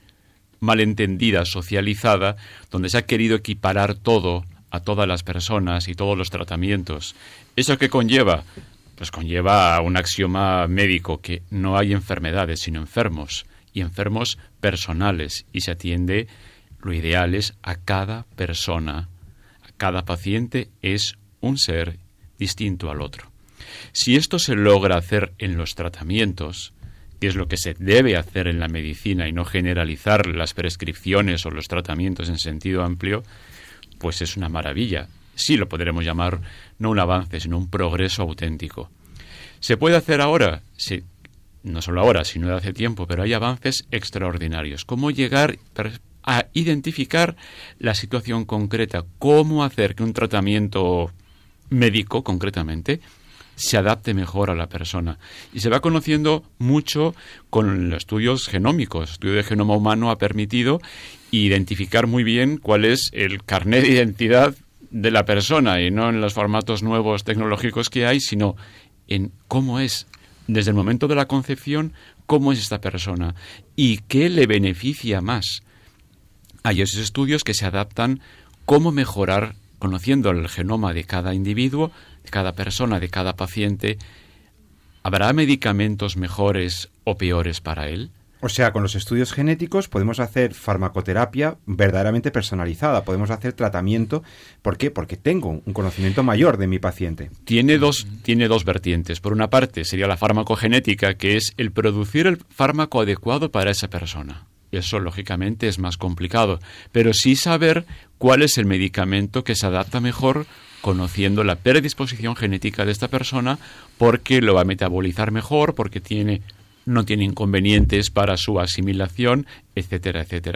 D: malentendida, socializada, donde se ha querido equiparar todo a todas las personas y todos los tratamientos. ¿Eso qué conlleva? Pues conlleva un axioma médico, que no hay enfermedades, sino enfermos, y enfermos personales, y se atiende, lo ideal es a cada persona. Cada paciente es un ser distinto al otro. Si esto se logra hacer en los tratamientos, que es lo que se debe hacer en la medicina y no generalizar las prescripciones o los tratamientos en sentido amplio, pues es una maravilla. Sí lo podremos llamar no un avance, sino un progreso auténtico. ¿Se puede hacer ahora? Sí, no solo ahora, sino de hace tiempo, pero hay avances extraordinarios. ¿Cómo llegar a identificar la situación concreta? ¿Cómo hacer que un tratamiento médico, concretamente, se adapte mejor a la persona? Y se va conociendo mucho con los estudios genómicos. El estudio de genoma humano ha permitido identificar muy bien cuál es el carnet de identidad de la persona, y no en los formatos nuevos tecnológicos que hay, sino en cómo es, desde el momento de la concepción, cómo es esta persona y qué le beneficia más. Hay esos estudios que se adaptan cómo mejorar, conociendo el genoma de cada individuo, de cada persona, de cada paciente. ¿Habrá medicamentos mejores o peores para él?
B: O sea, con los estudios genéticos podemos hacer farmacoterapia verdaderamente personalizada, podemos hacer tratamiento. ¿Por qué? Porque tengo un conocimiento mayor de mi paciente.
D: Tiene dos vertientes. Por una parte sería la farmacogenética, que es el producir el fármaco adecuado para esa persona. Eso, lógicamente, es más complicado. Pero sí saber cuál es el medicamento que se adapta mejor, conociendo la predisposición genética de esta persona, porque lo va a metabolizar mejor, porque no tiene inconvenientes para su asimilación, etcétera, etcétera.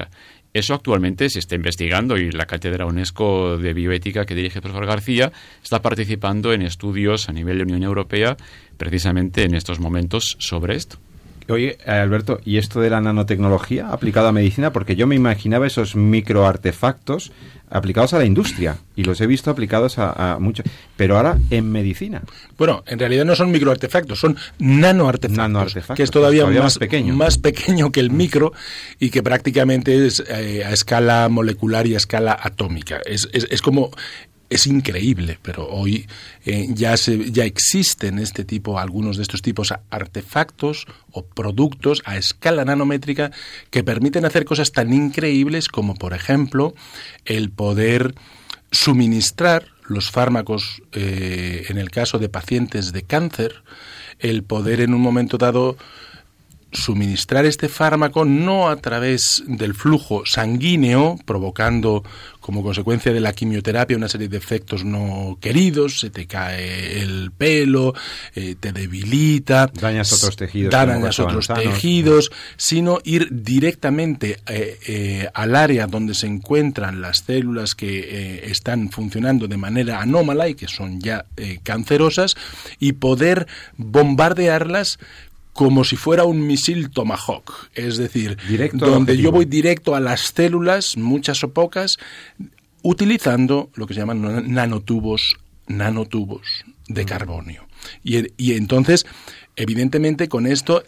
D: Eso actualmente se está investigando y la Cátedra UNESCO de Bioética que dirige el profesor García está participando en estudios a nivel de Unión Europea precisamente en estos momentos sobre esto.
B: Oye, Alberto, ¿y esto de la nanotecnología aplicada a medicina? Porque yo me imaginaba esos microartefactos aplicados a la industria y los he visto aplicados a mucho, pero ahora en medicina.
C: Bueno, en realidad no son microartefactos, son nanoartefactos, que es todavía más pequeño que el micro y que prácticamente es a escala molecular y a escala atómica. Es como... Es increíble, pero hoy ya existen algunos de estos tipos artefactos o productos a escala nanométrica que permiten hacer cosas tan increíbles como, por ejemplo, el poder suministrar los fármacos en el caso de pacientes de cáncer, el poder en un momento dado suministrar este fármaco no a través del flujo sanguíneo, provocando como consecuencia de la quimioterapia una serie de efectos no queridos, se te cae el pelo, te debilita,
B: dañas otros tejidos,
C: sino ir directamente al área donde se encuentran las células que están funcionando de manera anómala y que son ya cancerosas, y poder bombardearlas como si fuera un misil Tomahawk, es decir, donde yo voy directo a las células, muchas o pocas, utilizando lo que se llaman nanotubos de carbonio. Y entonces, evidentemente, con esto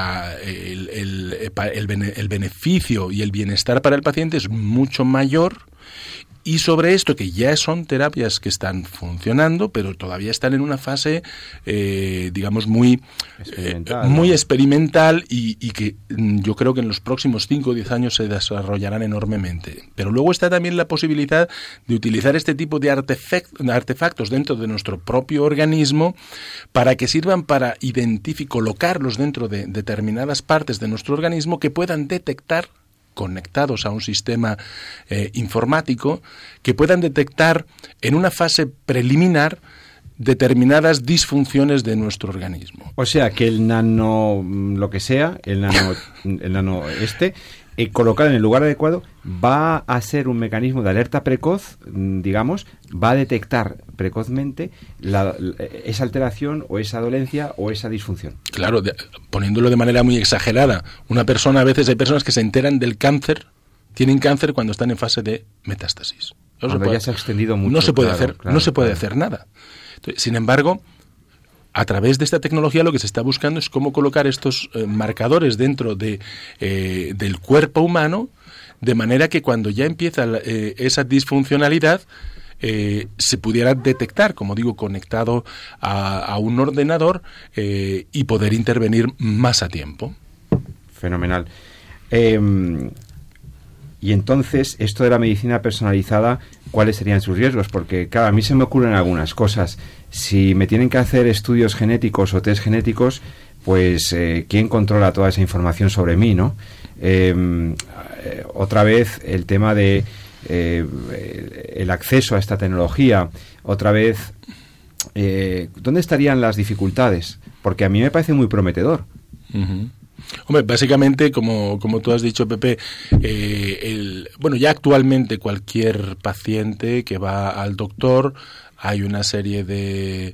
C: el beneficio y el bienestar para el paciente es mucho mayor. Y sobre esto, que ya son terapias que están funcionando, pero todavía están en una fase, digamos, muy experimental y que yo creo que en los próximos 5 o 10 años se desarrollarán enormemente. Pero luego está también la posibilidad de utilizar este tipo de artefactos dentro de nuestro propio organismo para que sirvan para colocarlos dentro de determinadas partes de nuestro organismo que puedan detectar, conectados a un sistema informático, que puedan detectar en una fase preliminar determinadas disfunciones de nuestro organismo.
B: O sea, que el nano, lo que sea, colocado en el lugar adecuado, va a ser un mecanismo de alerta precoz, digamos, va a detectar precozmente esa alteración o esa dolencia o esa disfunción.
C: Claro, poniéndolo de manera muy exagerada, a veces hay personas que se enteran del cáncer, tienen cáncer cuando están en fase de metástasis.
B: Ya se ha extendido mucho.
C: No se puede hacer nada. Entonces, sin embargo, a través de esta tecnología lo que se está buscando es cómo colocar estos marcadores dentro del cuerpo humano, de manera que cuando ya empieza esa disfuncionalidad se pudiera detectar, como digo, conectado a un ordenador y poder intervenir más a tiempo.
B: Fenomenal. Y entonces, esto de la medicina personalizada, ¿cuáles serían sus riesgos? Porque, claro, a mí se me ocurren algunas cosas. Si me tienen que hacer estudios genéticos o test genéticos, pues, ¿quién controla toda esa información sobre mí, no? Otra vez, el tema de el acceso a esta tecnología. Otra vez, ¿dónde estarían las dificultades? Porque a mí me parece muy prometedor.
C: Uh-huh. Hombre, básicamente, como tú has dicho, Pepe, ya actualmente cualquier paciente que va al doctor, hay una serie de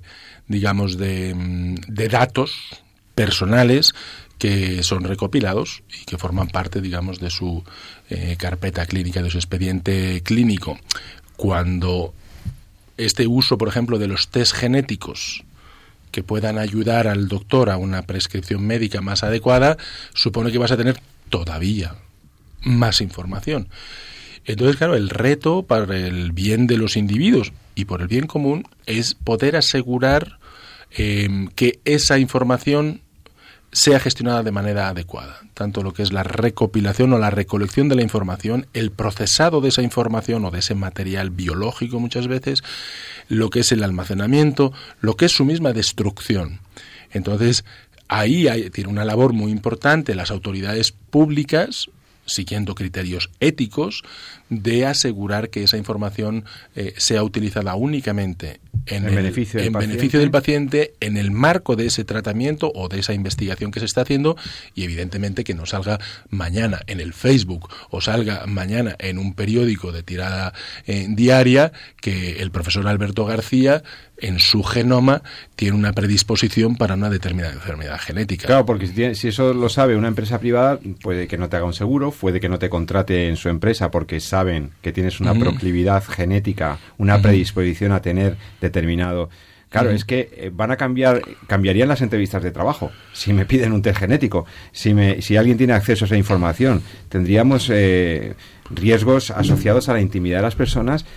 C: datos personales que son recopilados y que forman parte, digamos, de su carpeta clínica, de su expediente clínico. Cuando este uso, por ejemplo, de los test genéticos que puedan ayudar al doctor a una prescripción médica más adecuada, supone que vas a tener todavía más información. Entonces, claro, el reto para el bien de los individuos y por el bien común es poder asegurar que esa información sea gestionada de manera adecuada. Tanto lo que es la recopilación o la recolección de la información, el procesado de esa información o de ese material biológico muchas veces, lo que es el almacenamiento, lo que es su misma destrucción. Entonces, ahí tiene una labor muy importante las autoridades públicas siguiendo criterios éticos, de asegurar que esa información sea utilizada únicamente en beneficio del paciente, en el marco de ese tratamiento o de esa investigación que se está haciendo, y evidentemente que no salga mañana en el Facebook o salga mañana en un periódico de tirada diaria que el profesor Alberto García en su genoma tiene una predisposición para una determinada enfermedad genética.
B: Claro, porque si eso lo sabe una empresa privada, puede que no te haga un seguro, puede que no te contrate en su empresa porque saben que tienes una proclividad genética, una predisposición a tener determinado... Claro, es que cambiarían las entrevistas de trabajo si me piden un test genético, si alguien tiene acceso a esa información. Tendríamos riesgos asociados a la intimidad de las personas,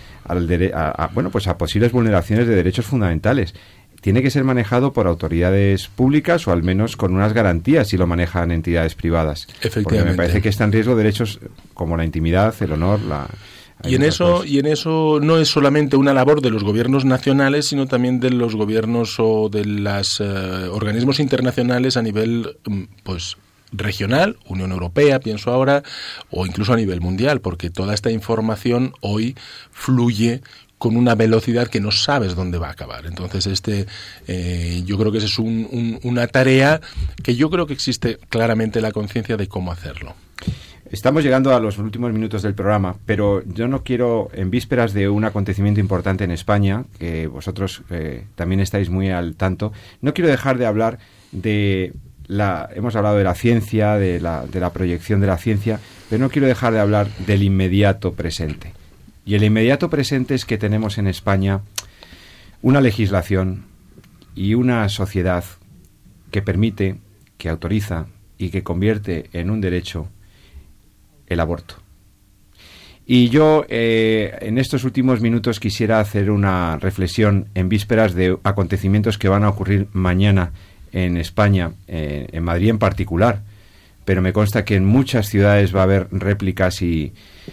B: a posibles vulneraciones de derechos fundamentales. Tiene que ser manejado por autoridades públicas o al menos con unas garantías si lo manejan entidades privadas.
C: Efectivamente.
B: Porque me parece que está en riesgo derechos como la intimidad, el honor,
C: Y en eso no es solamente una labor de los gobiernos nacionales, sino también de los gobiernos o de los organismos internacionales a nivel regional, Unión Europea, pienso ahora, o incluso a nivel mundial, porque toda esta información hoy fluye con una velocidad que no sabes dónde va a acabar. Entonces, yo creo que esa es una tarea que yo creo que existe claramente la conciencia de cómo hacerlo.
B: Estamos llegando a los últimos minutos del programa, pero yo no quiero, en vísperas de un acontecimiento importante en España, que vosotros también estáis muy al tanto, no quiero dejar de hablar hemos hablado de la ciencia, de la proyección de la ciencia, pero no quiero dejar de hablar del inmediato presente. Y el inmediato presente es que tenemos en España una legislación y una sociedad que permite, que autoriza y que convierte en un derecho el aborto. Y yo en estos últimos minutos quisiera hacer una reflexión en vísperas de acontecimientos que van a ocurrir mañana en España, en Madrid en particular, pero me consta que en muchas ciudades va a haber réplicas y,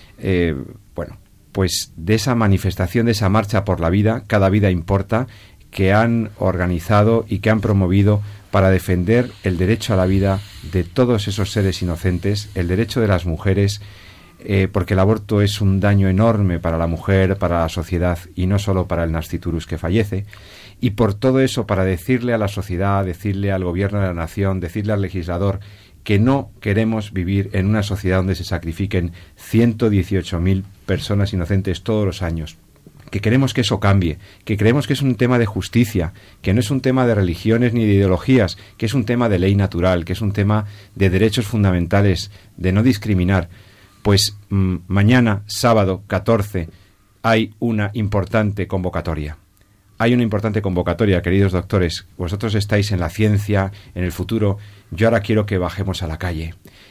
B: pues de esa manifestación, de esa marcha por la vida, Cada Vida Importa, que han organizado y que han promovido para defender el derecho a la vida de todos esos seres inocentes, el derecho de las mujeres, porque el aborto es un daño enorme para la mujer, para la sociedad y no solo para el nasciturus que fallece. Y por todo eso, para decirle a la sociedad, decirle al gobierno de la nación, decirle al legislador que no queremos vivir en una sociedad donde se sacrifiquen 118.000 personas inocentes todos los años. Que queremos que eso cambie, que creemos que es un tema de justicia, que no es un tema de religiones ni de ideologías, que es un tema de ley natural, que es un tema de derechos fundamentales, de no discriminar. Pues mañana, sábado 14, hay una importante convocatoria. Hay una importante convocatoria, queridos doctores. Vosotros estáis en la ciencia, en el futuro. Yo ahora quiero que bajemos a la calle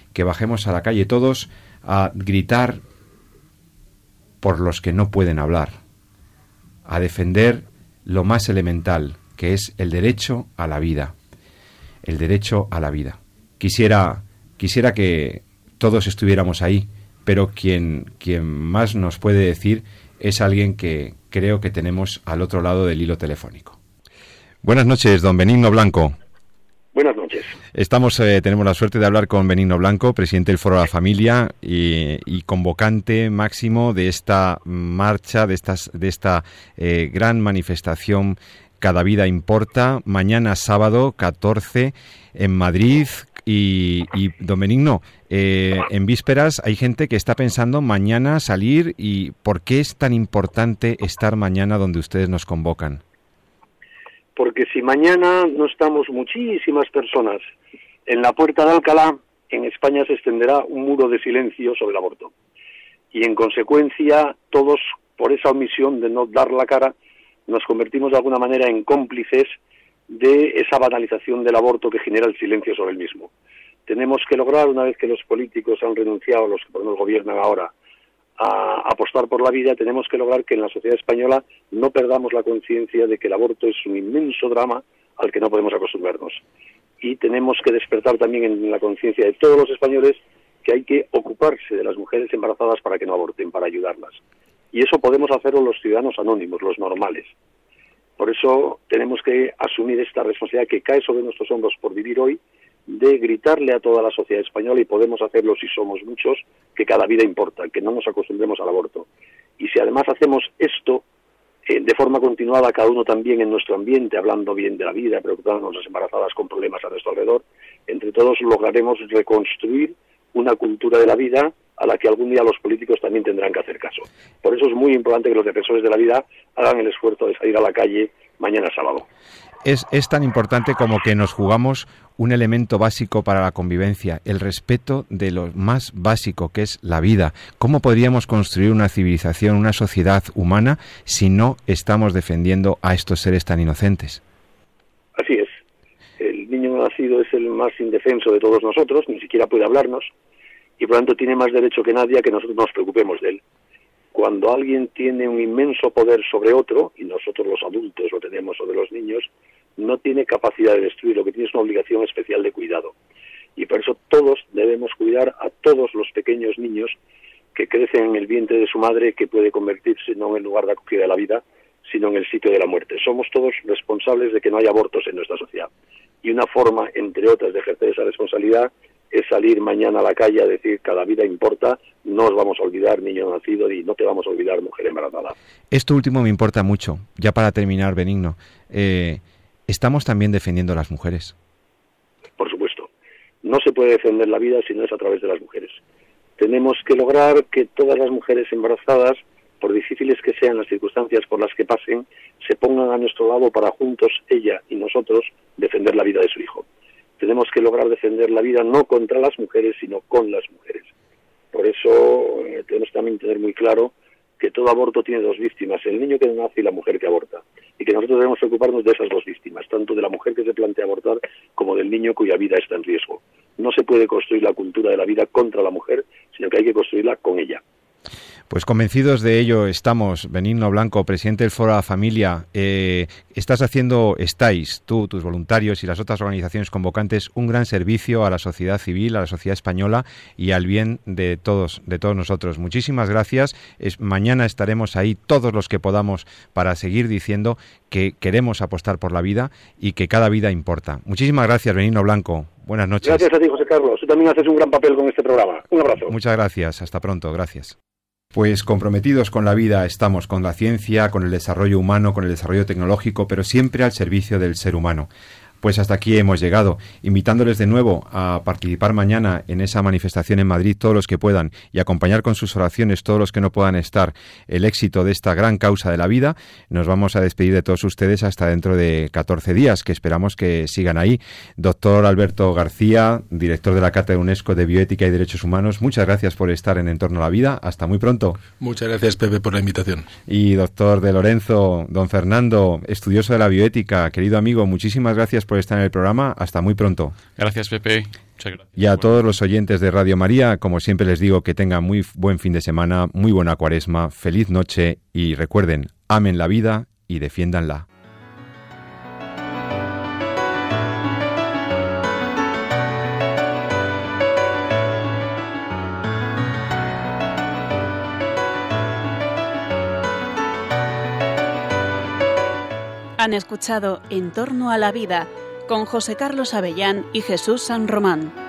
B: todos a gritar por los que no pueden hablar, a defender lo más elemental, que es el derecho a la vida. El derecho a la vida. Quisiera que todos estuviéramos ahí, pero quien más nos puede decir es alguien que creo que tenemos al otro lado del hilo telefónico. Buenas noches, don Benigno Blanco.
E: Buenas noches.
B: Tenemos la suerte de hablar con Benigno Blanco, presidente del Foro de la Familia y convocante máximo de esta marcha, de esta gran manifestación Cada Vida Importa, mañana sábado 14 en Madrid. Y don Benigno, en vísperas hay gente que está pensando mañana salir. ¿Y por qué es tan importante estar mañana donde ustedes nos convocan?
E: Porque si mañana no estamos muchísimas personas en la Puerta de Alcalá, en España se extenderá un muro de silencio sobre el aborto. Y en consecuencia, todos, por esa omisión de no dar la cara, nos convertimos de alguna manera en cómplices de esa banalización del aborto que genera el silencio sobre el mismo. Tenemos que lograr, una vez que los políticos han renunciado, los que por nos gobiernan ahora, a apostar por la vida, tenemos que lograr que en la sociedad española no perdamos la conciencia de que el aborto es un inmenso drama al que no podemos acostumbrarnos. Y tenemos que despertar también en la conciencia de todos los españoles que hay que ocuparse de las mujeres embarazadas para que no aborten, para ayudarlas. Y eso podemos hacerlo los ciudadanos anónimos, los normales. Por eso tenemos que asumir esta responsabilidad que cae sobre nuestros hombros por vivir hoy de gritarle a toda la sociedad española, y podemos hacerlo si somos muchos, que cada vida importa, que no nos acostumbremos al aborto. Y si además hacemos esto de forma continuada, cada uno también en nuestro ambiente, hablando bien de la vida, preocupándonos de las embarazadas con problemas a nuestro alrededor, entre todos lograremos reconstruir una cultura de la vida a la que algún día los políticos también tendrán que hacer caso. Por eso es muy importante que los defensores de la vida hagan el esfuerzo de salir a la calle mañana sábado.
B: Es tan importante como que nos jugamos un elemento básico para la convivencia, el respeto de lo más básico, que es la vida. ¿Cómo podríamos construir una civilización, una sociedad humana, si no estamos defendiendo a estos seres tan inocentes?
E: Así es. El niño nacido es el más indefenso de todos nosotros, ni siquiera puede hablarnos, y por lo tanto tiene más derecho que nadie a que nosotros nos preocupemos de él. Cuando alguien tiene un inmenso poder sobre otro, y nosotros los adultos lo tenemos sobre los niños, no tiene capacidad de destruir, lo que tiene es una obligación especial de cuidado. Y por eso todos debemos cuidar a todos los pequeños niños que crecen en el vientre de su madre, que puede convertirse no en el lugar de acogida de la vida, sino en el sitio de la muerte. Somos todos responsables de que no haya abortos en nuestra sociedad. Y una forma, entre otras, de ejercer esa responsabilidad es salir mañana a la calle a decir cada vida importa, no os vamos a olvidar niño nacido y no te vamos a olvidar mujer embarazada.
B: Esto último me importa mucho. Ya para terminar, Benigno, ¿estamos también defendiendo a las mujeres?
E: Por supuesto. No se puede defender la vida si no es a través de las mujeres. Tenemos que lograr que todas las mujeres embarazadas, por difíciles que sean las circunstancias por las que pasen, se pongan a nuestro lado para juntos, ella y nosotros, defender la vida de su hijo. Tenemos que lograr defender la vida no contra las mujeres, sino con las mujeres. Por eso tenemos también que tener muy claro que todo aborto tiene dos víctimas, el niño que nace y la mujer que aborta. Y que nosotros debemos preocuparnos de esas dos víctimas, tanto de la mujer que se plantea abortar como del niño cuya vida está en riesgo. No se puede construir la cultura de la vida contra la mujer, sino que hay que construirla con ella.
B: Pues convencidos de ello estamos. Benigno Blanco, presidente del Foro de la Familia, estáis tú, tus voluntarios y las otras organizaciones convocantes, un gran servicio a la sociedad civil, a la sociedad española y al bien de todos nosotros. Muchísimas gracias. Mañana estaremos ahí todos los que podamos para seguir diciendo que queremos apostar por la vida y que cada vida importa. Muchísimas gracias, Benigno Blanco. Buenas noches.
E: Gracias a ti, José Carlos. Tú también haces un gran papel con este programa. Un abrazo.
B: Muchas gracias. Hasta pronto. Gracias. Pues comprometidos con la vida estamos, con la ciencia, con el desarrollo humano, con el desarrollo tecnológico, pero siempre al servicio del ser humano. Pues hasta aquí hemos llegado, invitándoles de nuevo a participar mañana en esa manifestación en Madrid todos los que puedan y acompañar con sus oraciones todos los que no puedan estar el éxito de esta gran causa de la vida. Nos vamos a despedir de todos ustedes hasta dentro de 14 días, que esperamos que sigan ahí. Doctor Alberto García, director de la Cátedra UNESCO de Bioética y Derechos Humanos, muchas gracias por estar en Entorno a la Vida. Hasta muy pronto.
C: Muchas gracias, Pepe, por la invitación.
B: Y doctor de Lorenzo, don Fernando, estudioso de la bioética, querido amigo, muchísimas gracias por estar en el programa. Hasta muy pronto.
D: Gracias, Pepe. Muchas gracias.
B: Y a todos los oyentes de Radio María, como siempre les digo, que tengan muy buen fin de semana, muy buena Cuaresma, feliz noche y recuerden, amen la vida y defiéndanla.
A: Han escuchado En torno a la vida con José Carlos Avellán y Jesús San Román.